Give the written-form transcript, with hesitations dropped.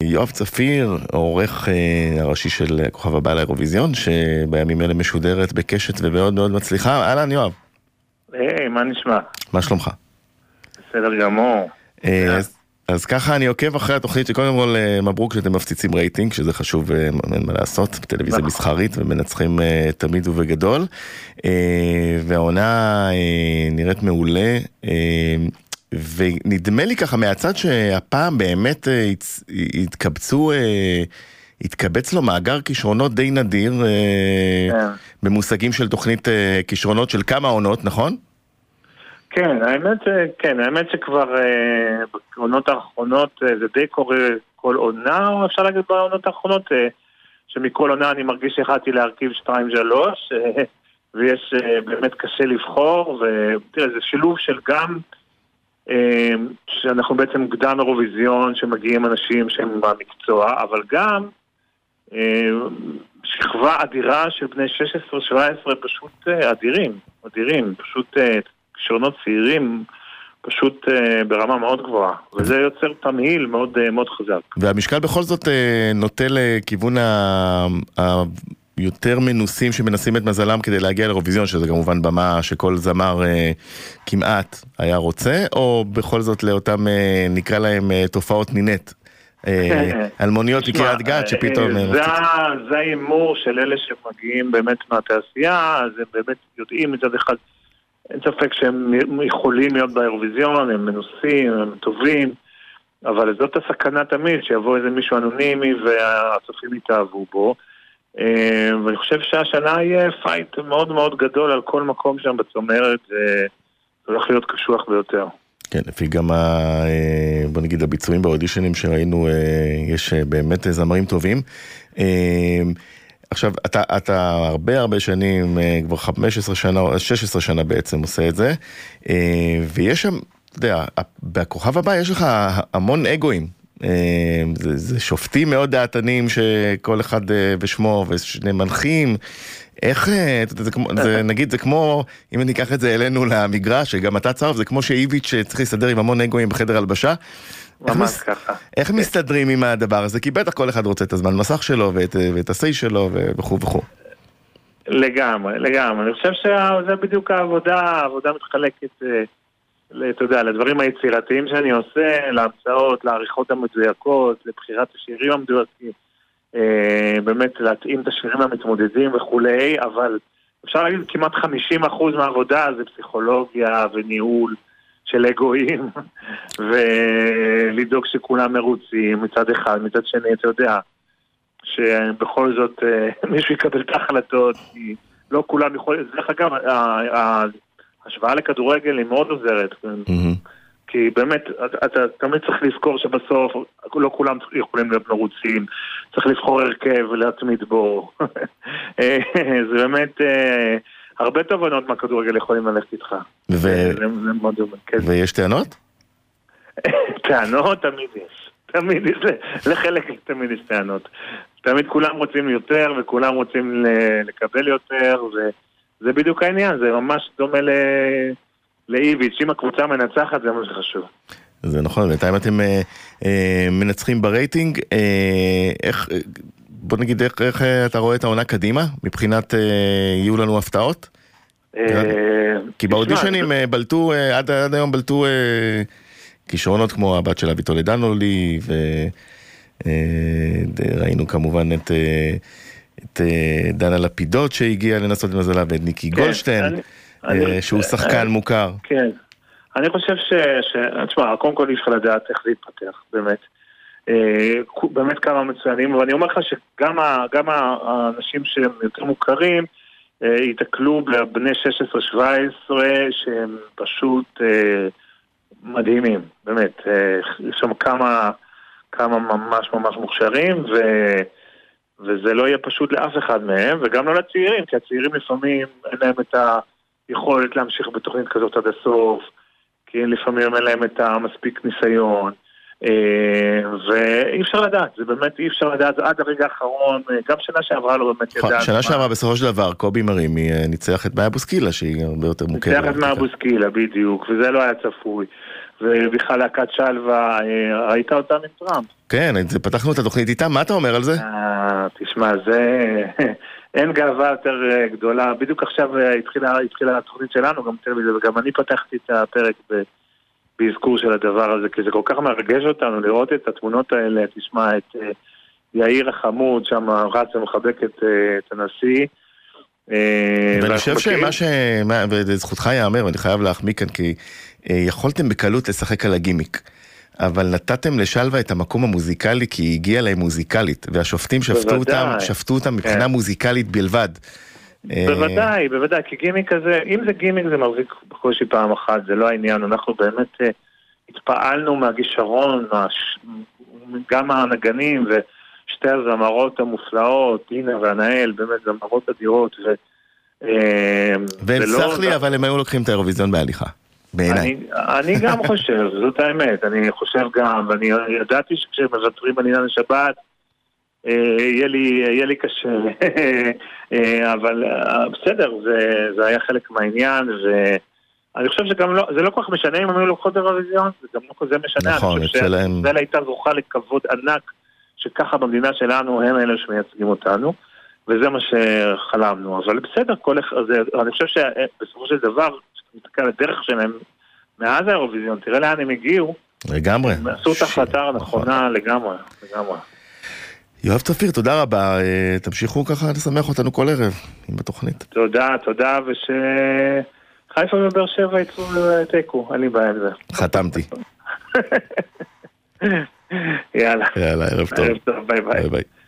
יואב צפיר, העורך הראשי של כוכב הבא לאירוויזיון, שבימים אלה משודרת בקשת ומאוד מאוד מצליחה. אהלן יואב. היי, מה נשמע? מה שלומך? בסדר גמור. אז ככה אני עוקב אחרי התוכנית, שקודם כל מברוק שאתם מפציצים רייטינג, שזה חשוב, אין מה לעשות, בטלוויזיה מסחרית, ומנצחים תמיד ובגדול, והעונה נראית מעולה, ונדמה לי ככה מהצד שהפעם באמת התקבץ לו מאגר כישרונות די נדיר, במושגים של תוכנית כישרונות של כמה עונות, נכון? כן, האמת שכבר בעונות האחרונות זה די קורה כל עונה, או אפשר להגיד בעונות האחרונות שמכל עונה אני מרגיש שהחלטתי להרכיב 2-3 ויש באמת קשה לבחור, ותראה, זה שילוב של גם שאנחנו בעצם קדם אירוויזיון שמגיעים אנשים שהם במקצוע, אבל גם שכבה אדירה של בני 16-17 פשוט אדירים, פשוט כישרונות צעירים פשוט ברמה מאוד גבוהה, וזה יוצר תמהיל מאוד, מאוד חזק. והמשקל בכל זאת נוטה לכיוון היותר מנוסים שמנסים את מזלם כדי להגיע לאירוויזיון, שזה כמובן במה שכל זמר כמעט היה רוצה, או בכל זאת לאותם נקרא להם תופעות נינט, אלמוניות מקריית גת שפתאום... זה האימור של אלה שמגיעים באמת מהתעשייה, אז הם באמת יודעים מצד אחד, אין ספק שהם יכולים להיות באירוויזיון, הם מנוסים, הם טובים, אבל זאת הסכנה תמיד, שיבוא איזה מישהו אנונימי והצופים יתאהבו בו, ואני חושב שהשנה יהיה פייט מאוד מאוד גדול על כל מקום שם בצומרת, זה הולך להיות קשוח ביותר. כן, לפי גם בוא נגיד הביצועים באודישנים שראינו, יש באמת זמרים טובים. עכשיו, אתה הרבה שנים, כבר 15 שנה, 16 שנה בעצם עושה את זה, ויש שם, אתה יודע, בכוכב הבא יש לך המון אגואים, זה שופטים מאוד דעתנים שכל אחד בשמו ושני מנחים, איך, זה, נגיד, זה כמו, אם אני אקח את זה אלינו למגרש, שגם אתה צרף, זה כמו שאיביץ' צריך להסתדר עם המון אגואים בחדר הלבשה, איך מסתדרים עם הדבר הזה? כי בטח כל אחד רוצה את הזמן מסך שלו ואת הסי שלו וכו'. לגמרי. אני חושב שזה בדיוק העבודה מתחלקת, אתה יודע, לדברים היצירתיים שאני עושה, להמצאות, לעריכות המדויקות, לבחירת השירים המדויקים, באמת להתאים את השירים המתמודדים וכולי, אבל אפשר להגיד כמעט 50% מהעבודה זה פסיכולוגיה וניהול של אגואים, ולדאוג שכולם מרוצים מצד אחד, מצד שני, אתה יודע, שבכל זאת מישהו יקבל את ההחלטות, כי לא כולם יכולים, זה אגב, ההשוואה לכדורגל היא מאוד עוזרת, כי באמת, אתה תמיד צריך לזכור שבסוף לא כולם יכולים להיות מרוצים, צריך לבחור הרכב ולהתמיד בו, זה באמת... הרבה תובנות מהכדורגל יכולים ללכת איתך. ויש טענות? טענות תמיד יש. לחלק תמיד יש טענות. תמיד כולם רוצים יותר וכולם רוצים לקבל יותר, וזה בדיוק העניין, זה ממש דומה לאיביץ', אם הקבוצה מנצחת זה מה שחשוב. זה נכון, בינתיים אתם מנצחים ברייטינג, בוא נגיד איך אתה רואה את העונה קדימה, מבחינת יהיו לנו הפתעות? כי באודישנים בלטו, עד היום בלטו כישרונות כמו הבת של אבי טולדנו לי, וראינו כמובן את דנה לפידות שהגיעה לנסות למזלה, ואת ניקי גולדשטיין, שהוא שחקן מוכר. כן, אני חושב תשמע, קודם כל יש לך לדעת איך זה יתפתח, באמת כמה מצוינים, ואני אומר לך שגם האנשים שהם יותר מוכרים יתקלו בבני 16-17 שהם פשוט מדהימים, באמת, יש שם כמה ממש מוכשרים, וזה לא יהיה פשוט לאף אחד מהם, וגם לא לצעירים, כי הצעירים לפעמים אין להם את היכולת להמשיך בתוכנית כזאת עד הסוף, כי לפעמים אין להם את המספיק ניסיון, ואי אפשר לדעת, זה באמת אי אפשר לדעת עד הרגע האחרון, גם שנה שעברה לא באמת ידעת. שנה שעברה בסופו של דבר, קובי מרימי ניצח את מאיה בוסקילה, שהיא הרבה יותר מוכרת. ניצח את מאיה בוסקילה, בדיוק, וזה לא היה צפוי. ובכלל להקת שלווה, ראית אותם עם טראמפ? כן, פתחנו את התוכנית איתם, מה אתה אומר על זה? תשמע, זה... אין גאווה יותר גדולה, בדיוק עכשיו התחילה התוכנית שלנו, וגם אני פתחתי את הפרק באזכור של הדבר הזה, כי זה כל כך מרגש אותנו לראות את התמונות האלה, תשמע את יאיר החמוד, שם רץ ומחבק את הנשיא. ואני חושב וזכותך יאמר, ואני חייב להחמיא כאן, כי יכולתם בקלות לשחק על הגימיק, אבל נתתם לשלווה את המקום המוזיקלי, כי היא הגיעה להם מוזיקלית, והשופטים שפטו אותם מבחינה מוזיקלית בלבד. בוודאי, כי גימיק הזה, אם זה גימיק זה מחזיק בקושי פעם אחת, זה לא העניין, אנחנו באמת התפעלנו מהגישרון, גם הנגנים ושתי הזמרות המופלאות, אינה והנהל, באמת זמרות אדירות, וסלח לי, אבל הם היו לוקחים את האירוויזיון בהליכה. אני גם חושב, זאת האמת, אני חושב גם, ואני ידעתי שכשמוותרים על עניין השבת, יהיה לי קשה, אבל בסדר, זה היה חלק מהעניין, ואני חושב שגם לא, זה לא כל כך משנה אם הם היו לוקחות אירוויזיון, זה גם לא כזה משנה, נכון, אני חושב שזה הייתה זוכה לכבוד ענק, שככה במדינה שלנו הם אלה שמייצגים אותנו, וזה מה שחלמנו, אבל בסדר, אני חושב שבסופו של דבר, מתקע לדרך שלהם מאז האירוויזיון, תראה לאן הם הגיעו. לגמרי. הם עשו את ההחלטה הנכונה לגמרי. יואב צפיר, תודה רבה. תמשיכו ככה לשמח אותנו כל ערב עם התוכנית. תודה, חיפה ובאר שבע יצאו תיקו, אין לי בעיה עם זה. חתמתי. יאללה. ערב טוב. ביי.